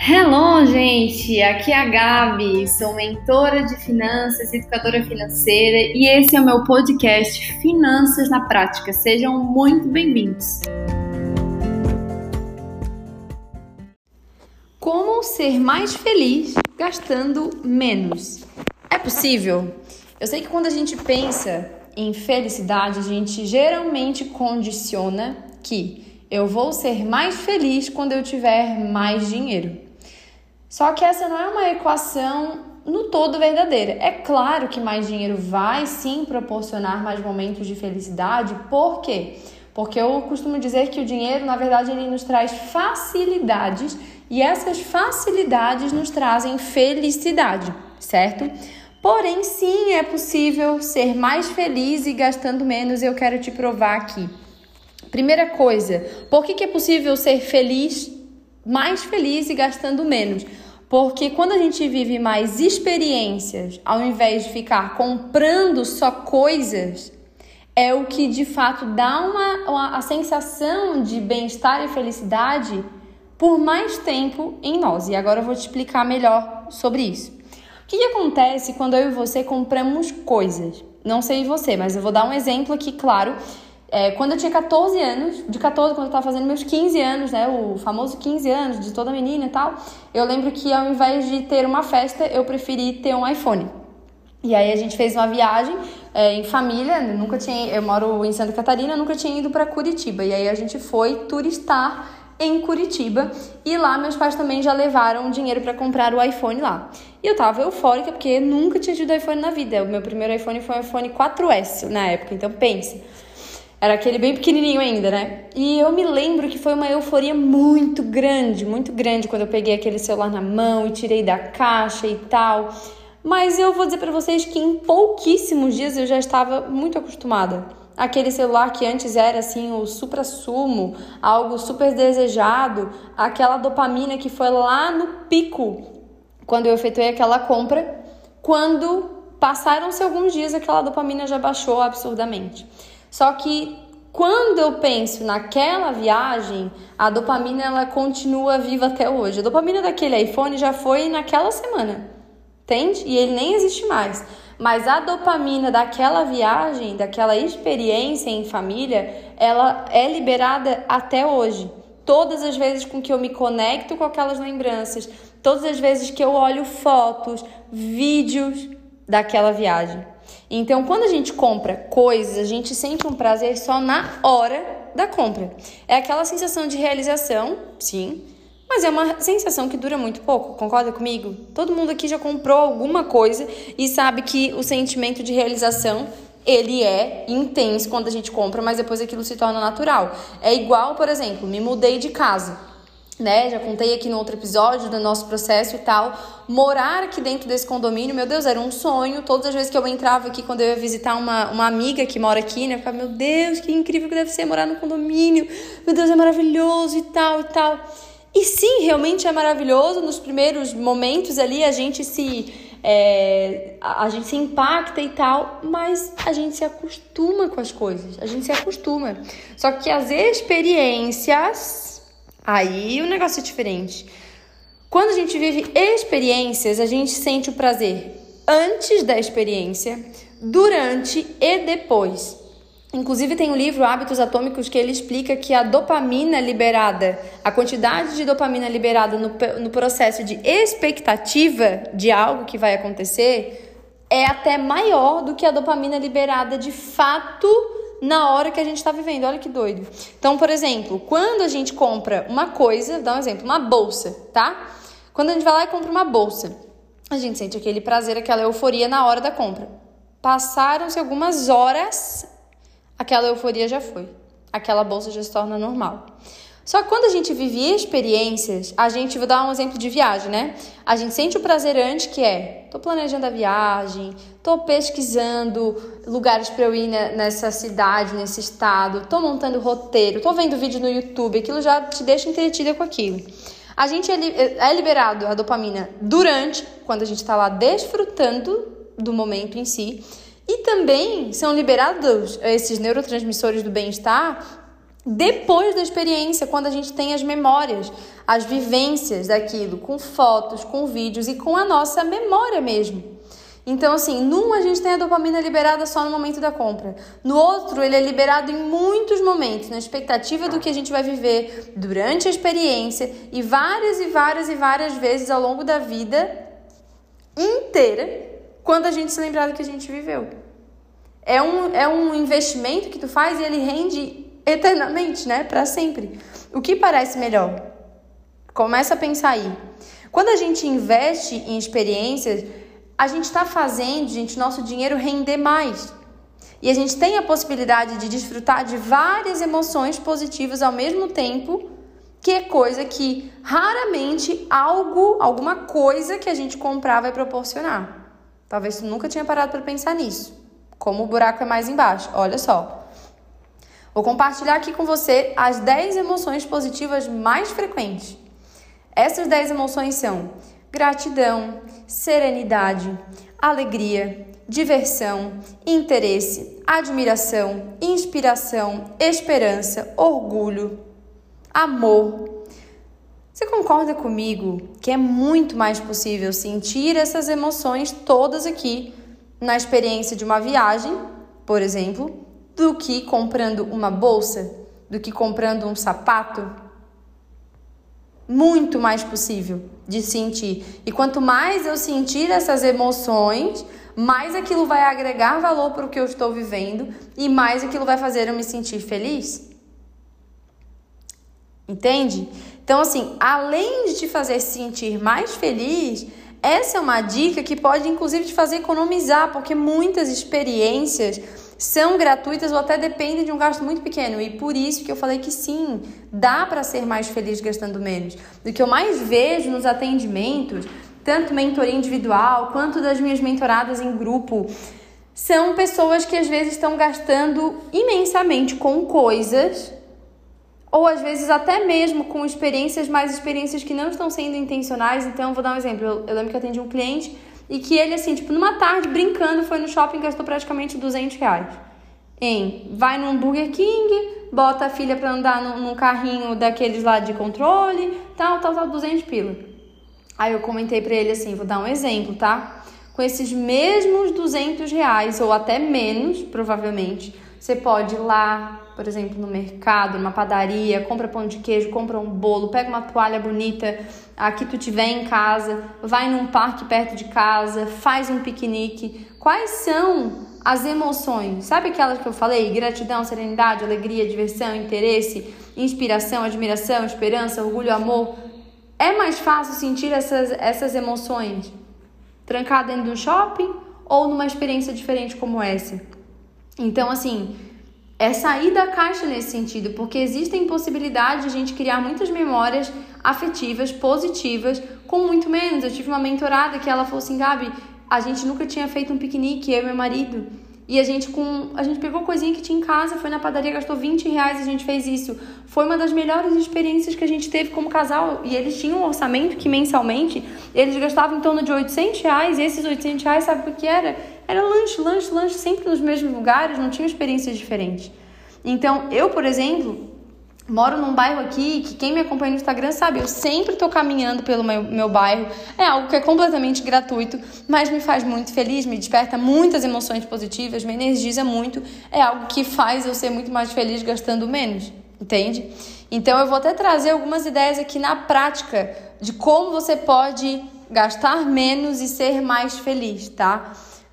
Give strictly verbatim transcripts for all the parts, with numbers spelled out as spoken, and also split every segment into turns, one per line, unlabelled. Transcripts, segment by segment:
Hello, gente! Aqui é a Gabi, sou mentora de finanças, educadora financeira e esse é o meu podcast Finanças na Prática. Sejam muito bem-vindos! Como ser mais feliz gastando menos? É possível? Eu sei que quando a gente pensa em felicidade, a gente geralmente condiciona que eu vou ser mais feliz quando eu tiver mais dinheiro. Só que essa não é uma equação no todo verdadeira. É claro que mais dinheiro vai sim proporcionar mais momentos de felicidade. Por quê? Porque eu costumo dizer que o dinheiro, na verdade, ele nos traz facilidades e essas facilidades nos trazem felicidade, certo? Porém, sim, é possível ser mais feliz e gastando menos. Eu quero te provar aqui. Primeira coisa, por que que é possível ser feliz, mais feliz e gastando menos? Porque quando a gente vive mais experiências, ao invés de ficar comprando só coisas, é o que de fato dá uma, uma a sensação de bem-estar e felicidade por mais tempo em nós. E agora eu vou te explicar melhor sobre isso. O que, que acontece quando eu e você compramos coisas? Não sei você, mas eu vou dar um exemplo aqui, claro. É, quando eu tinha catorze anos, de catorze, quando eu tava fazendo meus quinze anos, né, o famoso quinze anos de toda menina e tal, eu lembro que ao invés de ter uma festa, eu preferi ter um iPhone. E aí a gente fez uma viagem é, em família, nunca tinha, eu moro em Santa Catarina, nunca tinha ido para Curitiba. E aí a gente foi turistar em Curitiba e lá meus pais também já levaram dinheiro para comprar o iPhone lá. E eu tava eufórica porque nunca tinha tido iPhone na vida. O meu primeiro iPhone foi o iPhone quatro S na época, então pense. Era aquele bem pequenininho ainda, né? E eu me lembro que foi uma euforia muito grande, muito grande quando eu peguei aquele celular na mão e tirei da caixa e tal. Mas eu vou dizer pra vocês que em pouquíssimos dias eu já estava muito acostumada. Aquele celular que antes era assim o supra-sumo, algo super desejado, aquela dopamina que foi lá no pico quando eu efetuei aquela compra. Quando passaram-se alguns dias, aquela dopamina já baixou absurdamente. Só que quando eu penso naquela viagem, a dopamina ela continua viva até hoje. A dopamina daquele iPhone já foi naquela semana, entende? E ele nem existe mais. Mas a dopamina daquela viagem, daquela experiência em família, ela é liberada até hoje. Todas as vezes com que eu me conecto com aquelas lembranças, todas as vezes que eu olho fotos, vídeos daquela viagem. Então, quando a gente compra coisas, a gente sente um prazer só na hora da compra. É aquela sensação de realização, sim, mas é uma sensação que dura muito pouco, concorda comigo? Todo mundo aqui já comprou alguma coisa e sabe que o sentimento de realização, ele é intenso quando a gente compra, mas depois aquilo se torna natural. É igual, por exemplo, me mudei de casa. Né? Já contei aqui no outro episódio do nosso processo e tal. Morar aqui dentro desse condomínio, meu Deus, era um sonho. Todas as vezes que eu entrava aqui, quando eu ia visitar uma, uma amiga que mora aqui, né? Eu ficava, meu Deus, que incrível que deve ser morar no condomínio. Meu Deus, é maravilhoso e tal e tal. E sim, realmente é maravilhoso. Nos primeiros momentos ali, a gente se... É, a, a gente se impacta e tal, mas a gente se acostuma com as coisas. A gente se acostuma. Só que as experiências... Aí o negócio é diferente. Quando a gente vive experiências, a gente sente o prazer antes da experiência, durante e depois. Inclusive tem um livro, Hábitos Atômicos, que ele explica que a dopamina liberada, a quantidade de dopamina liberada no, no processo de expectativa de algo que vai acontecer é até maior do que a dopamina liberada de fato na hora que a gente está vivendo. Olha que doido. Então, por exemplo, quando a gente compra uma coisa, vou dar um exemplo, uma bolsa, tá? Quando a gente vai lá e compra uma bolsa, a gente sente aquele prazer, aquela euforia na hora da compra. Passaram-se algumas horas, aquela euforia já foi. Aquela bolsa já se torna normal. Só que quando a gente vive experiências, a gente, vou dar um exemplo de viagem, né? A gente sente o prazer antes, que é, tô planejando a viagem, tô pesquisando lugares para eu ir nessa cidade, nesse estado, tô montando roteiro, tô vendo vídeo no YouTube, aquilo já te deixa entretida com aquilo. A gente é liberado a dopamina durante, quando a gente tá lá desfrutando do momento em si, e também são liberados esses neurotransmissores do bem-estar depois da experiência, quando a gente tem as memórias, as vivências daquilo, com fotos, com vídeos e com a nossa memória mesmo. Então, assim, num a gente tem a dopamina liberada só no momento da compra. No outro, ele é liberado em muitos momentos, na expectativa do que a gente vai viver durante a experiência e várias e várias e várias vezes ao longo da vida inteira, quando a gente se lembrar do que a gente viveu. É um, é um investimento que tu faz e ele rende eternamente, né? Para sempre. O que parece melhor? Começa a pensar aí. Quando a gente investe em experiências, a gente está fazendo, gente, nosso dinheiro render mais. E a gente tem a possibilidade de desfrutar de várias emoções positivas ao mesmo tempo, que é coisa que raramente algo, alguma coisa que a gente comprar vai proporcionar. Talvez tu nunca tinha parado para pensar nisso. Como o buraco é mais embaixo. Olha só. Vou compartilhar aqui com você as dez emoções positivas mais frequentes. Essas dez emoções são gratidão, serenidade, alegria, diversão, interesse, admiração, inspiração, esperança, orgulho, amor. Você concorda comigo que é muito mais possível sentir essas emoções todas aqui na experiência de uma viagem, por exemplo, do que comprando uma bolsa, do que comprando um sapato? Muito mais possível de sentir. E quanto mais eu sentir essas emoções, mais aquilo vai agregar valor para o que eu estou vivendo e mais aquilo vai fazer eu me sentir feliz. Entende? Então, assim, além de te fazer sentir mais feliz, essa é uma dica que pode, inclusive, te fazer economizar, porque muitas experiências são gratuitas ou até dependem de um gasto muito pequeno. E por isso que eu falei que sim, dá para ser mais feliz gastando menos. O que eu mais vejo nos atendimentos, tanto mentoria individual quanto das minhas mentoradas em grupo, são pessoas que às vezes estão gastando imensamente com coisas, ou às vezes até mesmo com experiências, mas experiências que não estão sendo intencionais. Então, vou dar um exemplo. Eu, eu lembro que eu atendi um cliente e que ele, assim, tipo, numa tarde, brincando, foi no shopping e gastou praticamente duzentos reais. Em, vai num Burger King, bota a filha pra andar num, num carrinho daqueles lá de controle, tal, tal, tal, duzentos pila. Aí eu comentei pra ele assim, vou dar um exemplo, tá? Com esses mesmos duzentos reais, ou até menos, provavelmente, você pode ir lá, por exemplo, no mercado, numa padaria, compra pão de queijo, compra um bolo, pega uma toalha bonita, a que tu tiver em casa, vai num parque perto de casa, faz um piquenique. Quais são as emoções? Sabe aquelas que eu falei? Gratidão, serenidade, alegria, diversão, interesse, inspiração, admiração, esperança, orgulho, amor. É mais fácil sentir essas, essas emoções trancado dentro de um shopping ou numa experiência diferente como essa? Então, assim, é sair da caixa nesse sentido, porque existem possibilidades de a gente criar muitas memórias afetivas, positivas, com muito menos. Eu tive uma mentorada que ela falou assim, Gabi, a gente nunca tinha feito um piquenique, eu e meu marido, e a gente, com, a gente pegou coisinha que tinha em casa, foi na padaria, gastou vinte reais e a gente fez isso. Foi uma das melhores experiências que a gente teve como casal, e eles tinham um orçamento que mensalmente eles gastavam em torno de oitocentos reais, e esses oitocentos reais, sabe o que era? Era lanche, lanche, lanche, sempre nos mesmos lugares, não tinha experiências diferentes. Então, eu, por exemplo, moro num bairro aqui que quem me acompanha no Instagram sabe, eu sempre tô caminhando pelo meu, meu bairro. É algo que é completamente gratuito, mas me faz muito feliz, me desperta muitas emoções positivas, me energiza muito. É algo que faz eu ser muito mais feliz gastando menos, entende? Então, eu vou até trazer algumas ideias aqui na prática de como você pode gastar menos e ser mais feliz, tá?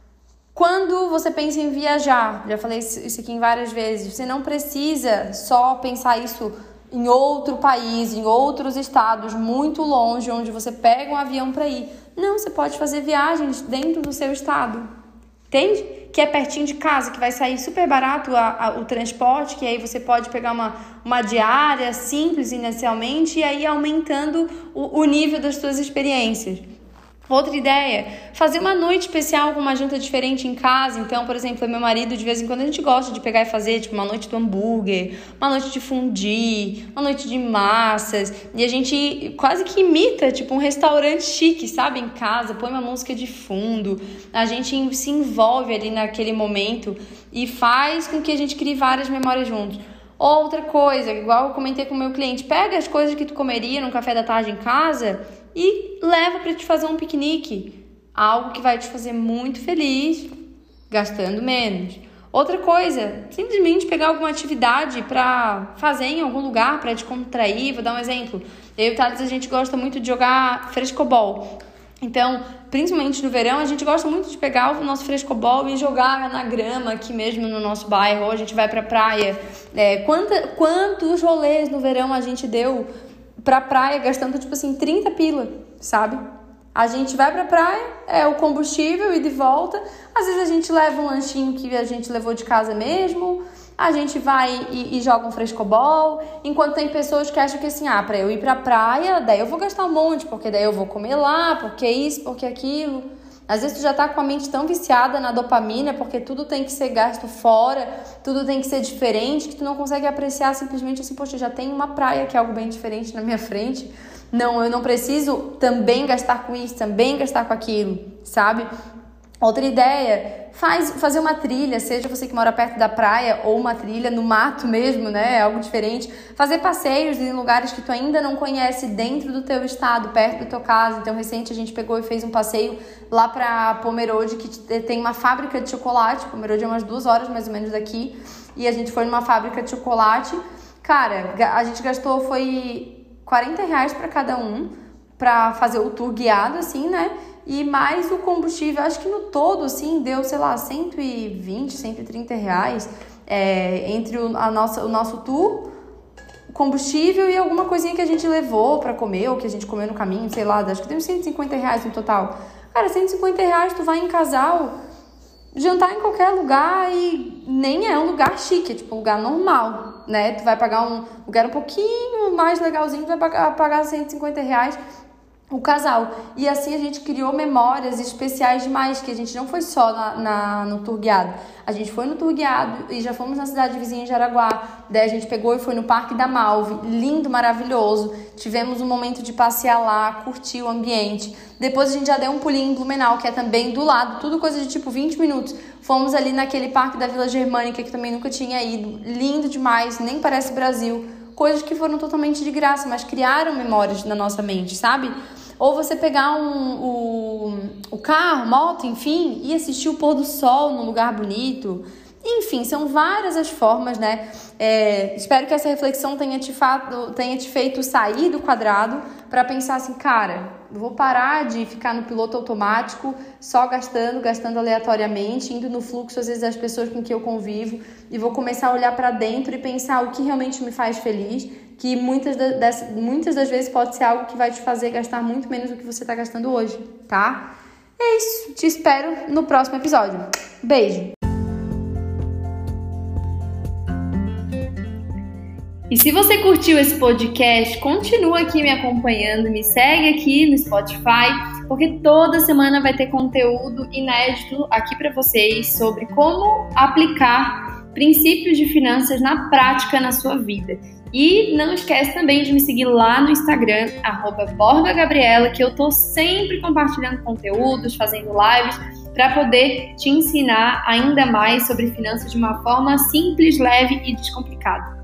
Quando você pensa em viajar, já falei isso aqui em várias vezes, você não precisa só pensar isso em outro país, em outros estados, muito longe, onde você pega um avião para ir. Não, você pode fazer viagens dentro do seu estado, entende? Que é pertinho de casa, que vai sair super barato a, a, o transporte, que aí você pode pegar uma, uma diária simples inicialmente e aí aumentando o, o nível das suas experiências. Outra ideia, fazer uma noite especial com uma janta diferente em casa. Então, por exemplo, meu marido, de vez em quando, a gente gosta de pegar e fazer, tipo, uma noite do hambúrguer, uma noite de fondue, uma noite de massas. E a gente quase que imita, tipo, um restaurante chique, sabe? Em casa, põe uma música de fundo. A gente se envolve ali naquele momento e faz com que a gente crie várias memórias juntos. Outra coisa, igual eu comentei com o meu cliente, pega as coisas que tu comeria no café da tarde em casa e leva para te fazer um piquenique. Algo que vai te fazer muito feliz, gastando menos. Outra coisa, simplesmente pegar alguma atividade para fazer em algum lugar, para te contrair. Vou dar um exemplo. Eu e o Thales, a gente gosta muito de jogar frescobol. Então, principalmente no verão, a gente gosta muito de pegar o nosso frescobol e jogar na grama aqui mesmo no nosso bairro. Ou a gente vai pra praia. É, quanta, quantos rolês no verão a gente deu pra praia gastando, tipo assim, trinta pila, sabe? A gente vai pra praia, é o combustível e de volta. Às vezes a gente leva um lanchinho que a gente levou de casa mesmo. A gente vai e, e joga um frescobol. Enquanto tem pessoas que acham que assim, ah, pra eu ir pra praia, daí eu vou gastar um monte, porque daí eu vou comer lá, porque isso, porque aquilo. Às vezes tu já tá com a mente tão viciada na dopamina, porque tudo tem que ser gasto fora, tudo tem que ser diferente, que tu não consegue apreciar simplesmente assim, poxa, já tem uma praia que é algo bem diferente na minha frente. Não, eu não preciso também gastar com isso, também gastar com aquilo, sabe? Outra ideia, faz, fazer uma trilha, seja você que mora perto da praia ou uma trilha no mato mesmo, né? Algo diferente. Fazer passeios em lugares que tu ainda não conhece dentro do teu estado, perto da tua casa. Então, recente a gente pegou e fez um passeio lá pra Pomerode, que tem uma fábrica de chocolate. Pomerode é umas duas horas mais ou menos daqui. E a gente foi numa fábrica de chocolate. Cara, a gente gastou, foi quarenta reais para cada um, para fazer o tour guiado, assim, né? E mais o combustível, acho que no todo, assim, deu, sei lá, cento e vinte, cento e trinta reais é, entre o, a nossa, o nosso tour, combustível e alguma coisinha que a gente levou para comer, ou que a gente comeu no caminho, sei lá, acho que deu cento e cinquenta reais no total. Cara, cento e cinquenta reais tu vai em casal, jantar em qualquer lugar e nem é um lugar chique, é tipo um lugar normal, né? Tu vai pagar um lugar um pouquinho mais legalzinho, tu vai pagar, pagar cento e cinquenta reais o casal. E assim a gente criou memórias especiais demais, que a gente não foi só na, na, no tour guiado. A gente foi no tour guiado e já fomos na cidade vizinha em Jaraguá. Daí a gente pegou e foi no Parque da Malve, lindo, maravilhoso. Tivemos um momento de passear lá, curtir o ambiente. Depois a gente já deu um pulinho em Blumenau, que é também do lado, tudo coisa de tipo vinte minutos. Fomos ali naquele parque da Vila Germânica, que também nunca tinha ido. Lindo demais, nem parece Brasil. Coisas que foram totalmente de graça, mas criaram memórias na nossa mente, sabe? Ou você pegar um, o, o carro, moto, enfim, e assistir o pôr do sol num lugar bonito. Enfim, são várias as formas, né? É, espero que essa reflexão tenha te, fato, tenha te feito sair do quadrado para pensar assim, cara, vou parar de ficar no piloto automático, só gastando, gastando aleatoriamente, indo no fluxo, às vezes, das pessoas com que eu convivo, e vou começar a olhar para dentro e pensar o que realmente me faz feliz, que muitas das, muitas das vezes pode ser algo que vai te fazer gastar muito menos do que você está gastando hoje, tá? É isso, te espero no próximo episódio. Beijo! E se você curtiu esse podcast, continua aqui me acompanhando, me segue aqui no Spotify, porque toda semana vai ter conteúdo inédito aqui para vocês sobre como aplicar princípios de finanças na prática na sua vida. E não esquece também de me seguir lá no Instagram, arroba Borba Gabriela, que eu tô sempre compartilhando conteúdos, fazendo lives, para poder te ensinar ainda mais sobre finanças de uma forma simples, leve e descomplicada.